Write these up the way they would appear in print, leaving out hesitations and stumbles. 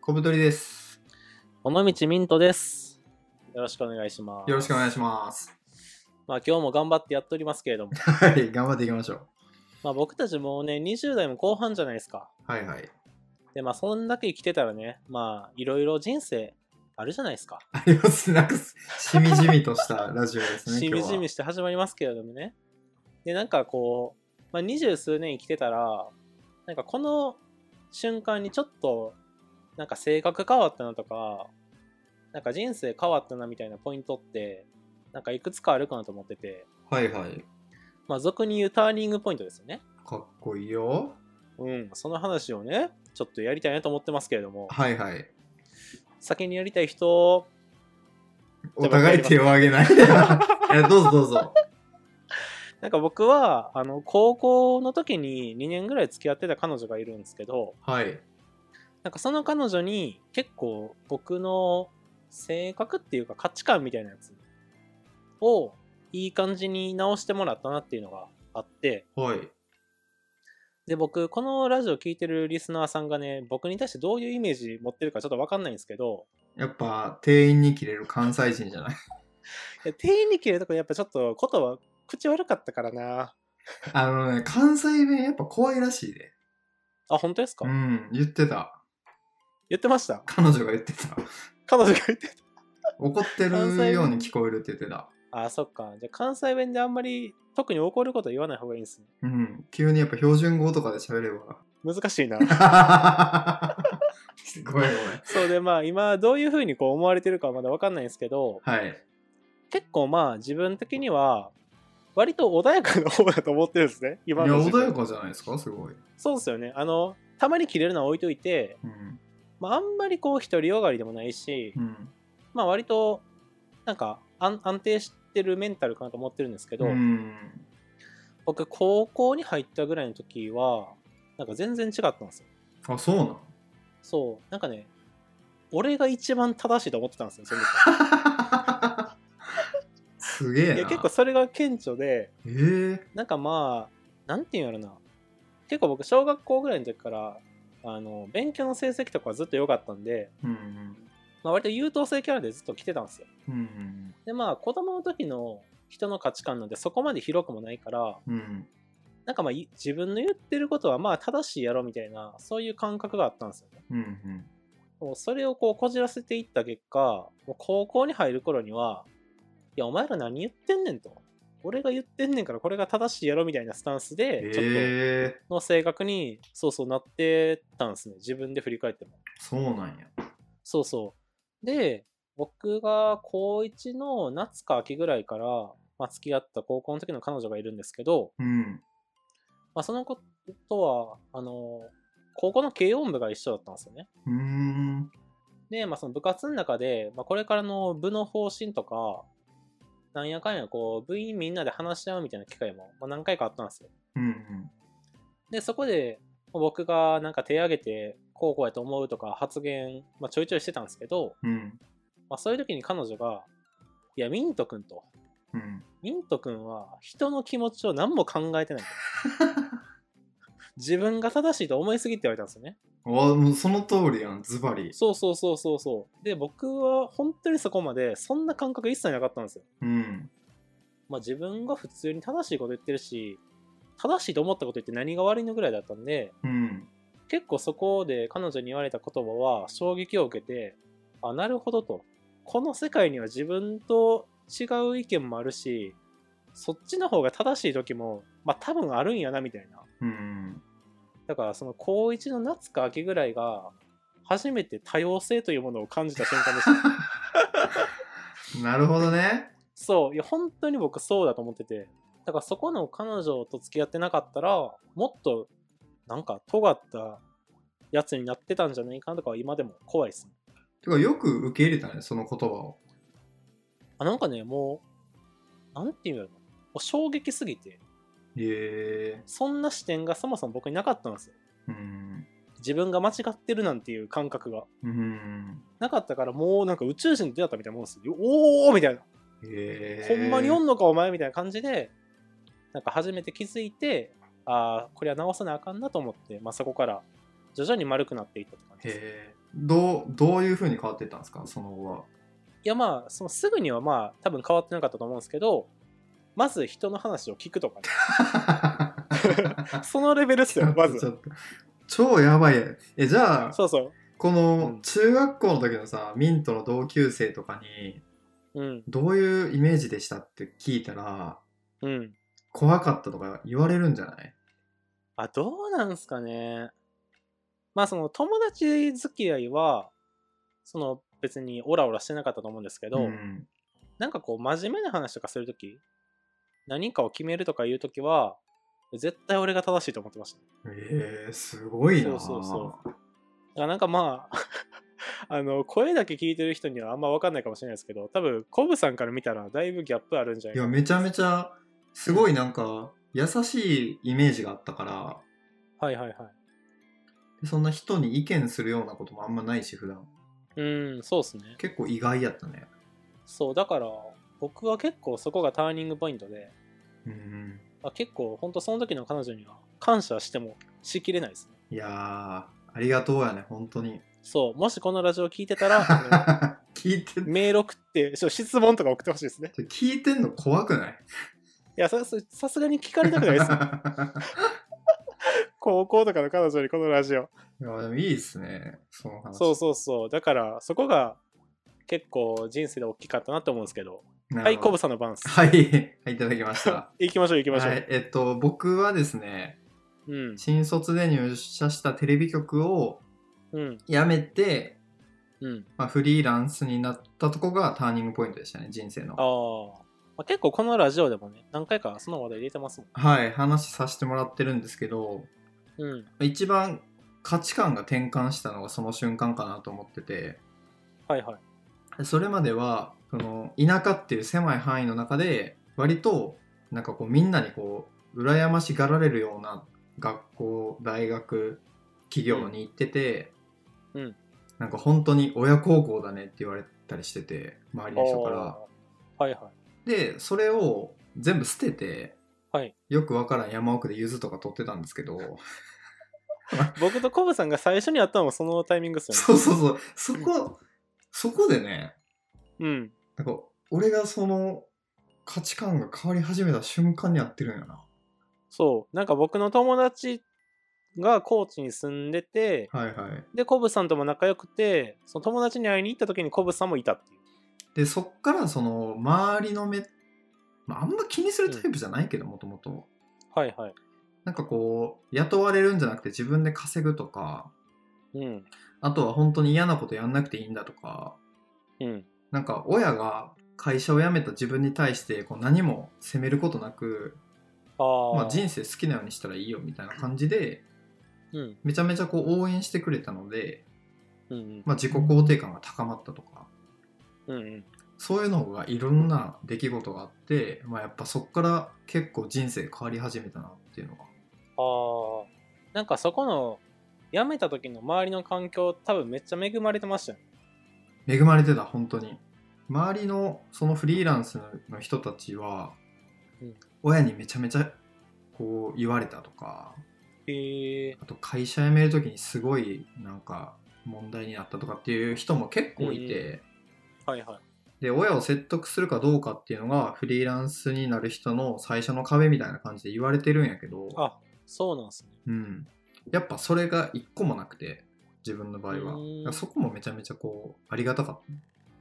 小太りです。 尾道ミントです。よろしくお願いします。 よろしくお願いします。 今日も頑張ってやっておりますけれども。 はい、頑張っていきましょう。僕たちもね、20代も後半じゃないですか。 はいはい。 で、そんだけ生きてたらね、いろいろ人生あるじゃないですか。 ありますね。しみじみとしたラジオですね、 しみじみして始まりますけれどもね。で、二十数年生きてたら、この瞬間にちょっと、性格変わったなとか、人生変わったなみたいなポイントって、いくつかあるかなと思ってて。 はいはい。 俗に言うターニングポイントですよね。 かっこいいよ。 その話をね、ちょっとやりたいなと思ってますけれども。 はいはい。 先にやりたい人、 お互い手を挙げない。どうぞどうぞ。 僕は、高校の時に2年ぐらい付き合ってた彼女がいるんですけど、 はい。 その彼女に結構僕の性格っていうか価値観みたいなやつをいい感じに直してもらったなっていうのがあって、 はい。 で、僕、このラジオ聞いてるリスナーさんがね、僕に対してどういうイメージ持ってるかちょっとわかんないんですけど、 やっぱ、店員に切れる関西人じゃない？ いや店員に切れるとこやっぱちょっと言葉、口悪かったからな。 関西弁やっぱ怖いらしいで。 あ、本当ですか？ うん、言ってた。 言ってました？ 彼女が言ってた。 彼女が言ってた。 怒ってるように聞こえるって言ってた。 あ、そっか。じゃあ関西弁であんまり特に怒ること言わない方がいいんですね。 うん。急にやっぱ標準語とかで喋れば。 難しいな。 ごめんごめん。 そうで、今どういう風にこう思われてるかはまだ分かんないんですけど、 はい。 結構自分的には割と穏やかな方だと思ってるんですね。今のいや、 自分。 穏やかじゃないですか、すごい。 そうですよね。たまに切れるのは置いといて、 うん。 あんまりこう独りよがりでもないし、 うん。 割と安定してるメンタルかなと思ってるんですけど、僕高校に入ったぐらいの時は全然違ったんですよ。 あ、そうなの？ そうね、俺が一番正しいと思ってたんですよ、その時。 すげえな。 いや結構それが顕著で、なんていうんやろな、結構僕小学校ぐらいの時から勉強の成績とかはずっと良かったんで、割と優等生キャラでずっと来てたんですよ。で子供の時の人の価値観なんでそこまで広くもないから、自分の言ってることは正しいやろみたいな、そういう感覚があったんですよね。それをこじらせていった結果、もう高校に入る頃には、いやお前ら何言ってんねんと、俺が言ってんねんからこれが正しいやろみたいなスタンスでちょっとの性格になってたんですね、自分で振り返っても。 そうなんや。 で、僕が高1の夏か秋ぐらいから、付き合った高校の時の彼女がいるんですけど、その子とは高校の軽音部が一緒だったんですよね。で、その部活の中で、これからの部の方針とか、なんやかんや部員みんなで話し合うみたいな機会も何回かあったんですよ。で、そこで僕が手挙げてこうやと思うとか発言、ちょいちょいしてたんですけど、そういう時に彼女が、いやミント君と、ミント君は人の気持ちを何も考えてないと。自分が正しいと思いすぎって言われたんですよね。 もうその通りやん、ズバリ。 そう。で、僕は本当にそこまでそんな感覚一切なかったんですよ。自分が普通に正しいこと言ってるし、正しいと思ったこと言って何が悪いのぐらいだったんで、結構そこで彼女に言われた言葉は衝撃を受けて、あ、なるほどと。この世界には自分と違う意見もあるし、そっちの方が正しい時も多分あるんやなみたいな。だからその高1の夏か秋ぐらいが初めて多様性というものを感じた瞬間でした。 なるほどね。 そう、いや本当に僕そうだと思ってて、だからそこの彼女と付き合ってなかったらもっと尖ったやつになってたんじゃないかなとかは今でも怖いですね。 てかよく受け入れたね、その言葉を。 もうなんていうの、もう衝撃すぎて、そんな視点がそもそも僕になかったんですよ。自分が間違ってるなんていう感覚がなかったから、もう宇宙人と出会ったみたいなもんですよ。おーみたいな、ほんまにおんのかお前みたいな感じで初めて気づいて、ああこれは直さなあかんなと思って、そこから徐々に丸くなっていったって感じです。 どういう風に変わっていったんですか、その後は。 いやまあすぐにはまあ多分変わってなかったと思うんですけど、まず人の話を聞くとかねそのレベルっすよまず。 ちょっと超やばい。じゃあそうそう、 この中学校の時のさ、ミントの同級生とかに、どういうイメージでしたって聞いたら、怖かったとか言われるんじゃない？ あ、どうなんすかね。まあその友達付き合いは別にオラオラしてなかったと思うんですけど、なんかこう真面目な話とかするとき、何かを決めるとかいうときは絶対俺が正しいと思ってました。 すごいな。 そうそうそう。だからなんかまあ声だけ聞いてる人にはあんま分かんないかもしれないですけど、多分コブさんから見たらだいぶギャップあるんじゃないかな。 いやめちゃめちゃすごいなんか優しいイメージがあったから。 はいはいはい。 でそんな人に意見するようなこともあんまないし普段。 そうっすね。 結構意外やったね。 そうだから僕は結構そこがターニングポイントで、結構本当その時の彼女には感謝してもしきれないですね。 いやーありがとうやね本当に。 そうもしこのラジオ聞いてたら聞いてメール送って質問とか送ってほしいですね。 聞いてんの怖くない？いやさすがに聞かれたくないですよ高校とかの彼女にこのラジオ。 いやでもいいっすねその話。 そうそうそう、だからそこが結構人生で大きかったなと思うんですけど。はい、コブさんの番です。 はい、いただきました。 行きましょう行きましょう。 はい、僕はですね、新卒で入社したテレビ局を辞めて、フリーランスになったとこがターニングポイントでしたね、人生の。 結構このラジオでもね、何回かその話題入れてますもん。 はい、話させてもらってるんですけど、一番価値観が転換したのがその瞬間かなと思ってて、 はいはい。 それまではその田舎っていう狭い範囲の中で割となんかこうみんなにこう羨ましがられるような学校大学企業に行ってて、なんか本当に親孝行だねって言われたりしてて周りの人から。 はいはい。 でそれを全部捨てて、よくわからん山奥で柚子とか取ってたんですけど僕とコブさんが最初に会ったのもそのタイミングですよね。 そうそうそうそこでね、なんか俺がその価値観が変わり始めた瞬間に会ってるんやな。 そうなんか僕の友達が高知に住んでて、でコブさんとも仲良くて、その友達に会いに行った時にコブさんもいたっていう。 でそっからその周りの目、あんま気にするタイプじゃないけどもともとなんかこう雇われるんじゃなくて自分で稼ぐとか、あとは本当に嫌なことやんなくていいんだとか、なんか親が会社を辞めた自分に対してこう何も責めることなく、人生好きなようにしたらいいよみたいな感じで、めちゃめちゃこう応援してくれたので、自己肯定感が高まったとか、そういうのがいろんな出来事があって、やっぱそっから結構人生変わり始めたなっていうのが。 なんかそこの辞めた時の周りの環境多分めっちゃ恵まれてましたよね。 恵まれてた本当に。周りのそのフリーランスの人たちは、親にめちゃめちゃこう言われたとか、あと会社辞める時にすごいなんか問題になったとかっていう人も結構いて、で親を説得するかどうかっていうのがフリーランスになる人の最初の壁みたいな感じで言われてるんやけど、 そうなんですね。 やっぱそれが一個もなくて自分の場合はそこもめちゃめちゃこうありがたかった。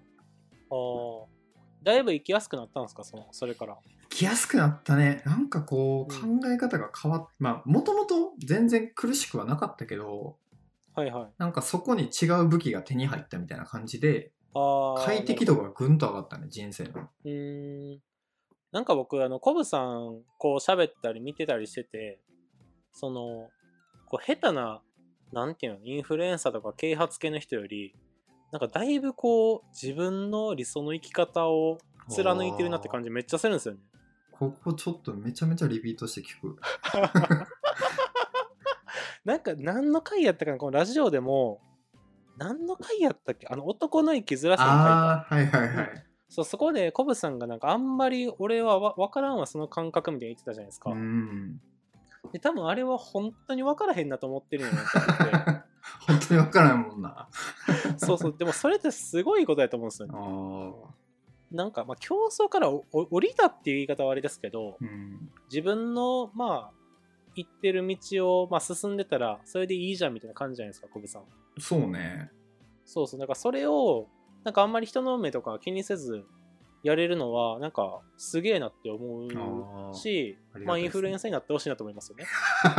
だいぶ生きやすくなったんですか、それから。 生きやすくなったね。なんかこう考え方が変わって、もともと全然苦しくはなかったけど、なんかそこに違う武器が手に入ったみたいな感じで、快適度がぐんと上がったね、人生の。 なんか僕コブさんこう喋ったり見てたりしてて、こう下手ななんていうのインフルエンサーとか啓発系の人よりなんかだいぶこう自分の理想の生き方を貫いてるなって感じめっちゃするんですよね。 ここちょっとめちゃめちゃリピートして聞くなんか何の回やったかな、このラジオでも何の回やったっけ、男の生きづらさの回。そこでコブさんがなんかあんまり俺は分からんわその感覚みたいに言ってたじゃないですか。で多分あれは本当に分からへんなと思ってるんやなと思って本当に分からんもんなそうそう、でもそれってすごいことだと思うんですよね。なんか、まあ、競争から降りたっていう言い方はあれですけど、自分の、まあ、行ってる道を、まあ、進んでたら、それでいいじゃんみたいな感じじゃないですか、小部さん。 そうね。 そうそう、だからそれを、なんかあんまり人の目とか気にせずやれるのは、なんかすげえなって思うし、まあインフルエンサーになってほしいなと思いますよね。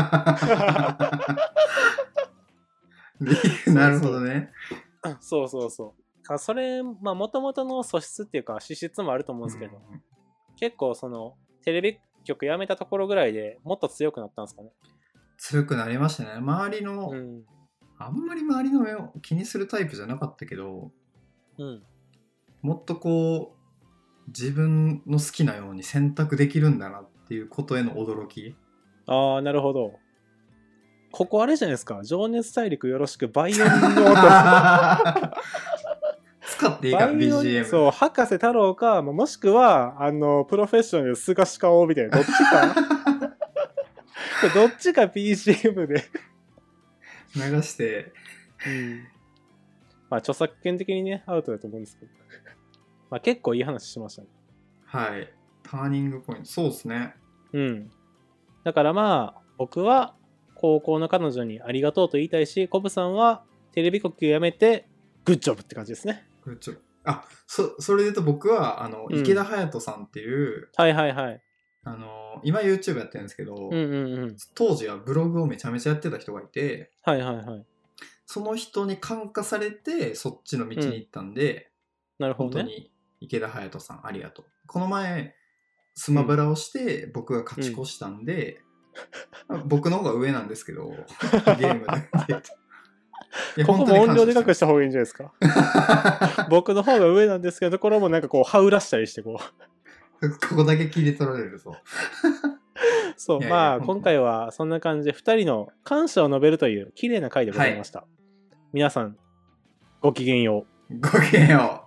なるほどね。 そうそうそう。それ、まあもともとの素質っていうか資質もあると思うんですけど、結構そのテレビ局辞めたところぐらいでもっと強くなったんですかね。 強くなりましたね。周りの、あんまり周りの目を気にするタイプじゃなかったけど、もっとこう自分の好きなように選択できるんだなっていうことへの驚き。 ああ、なるほど。ここあれじゃないですか。情熱大陸よろしくバイオリンの音。 使っていいか BGM。 そう、博士太郎か、もしくはプロフェッショナルスガシカオみたいな、どっちかどっちか BGM で流して、 まあ著作権的にねアウトだと思うんですけど、まあ結構いい話しましたね。 はい、ターニングポイント、そうですね。 だからまあ僕は高校の彼女にありがとうと言いたいし、コブさんはテレビ局やめてグッジョブって感じですね。 グッジョブ。あ、それで言うと僕は池田隼人さんっていう、 はいはいはい。 今 YouTube やってるんですけど、当時はブログをめちゃめちゃやってた人がいて、 はいはいはい。 その人に感化されてそっちの道に行ったんで、 なるほどね。 本当に池田隼人さんありがとう。この前スマブラをして僕が勝ち越したんで、僕の方が上なんですけどゲームでここも音量でかくした方がいいんじゃないですか。僕の方が上なんですけど、ところもなんかこうはうらしたりしてここだけ切り取られるぞ。 そう、まあ今回はそんな感じで2人の感謝を述べるという綺麗な回でございました。皆さんごきげんよう。 ごきげんよう。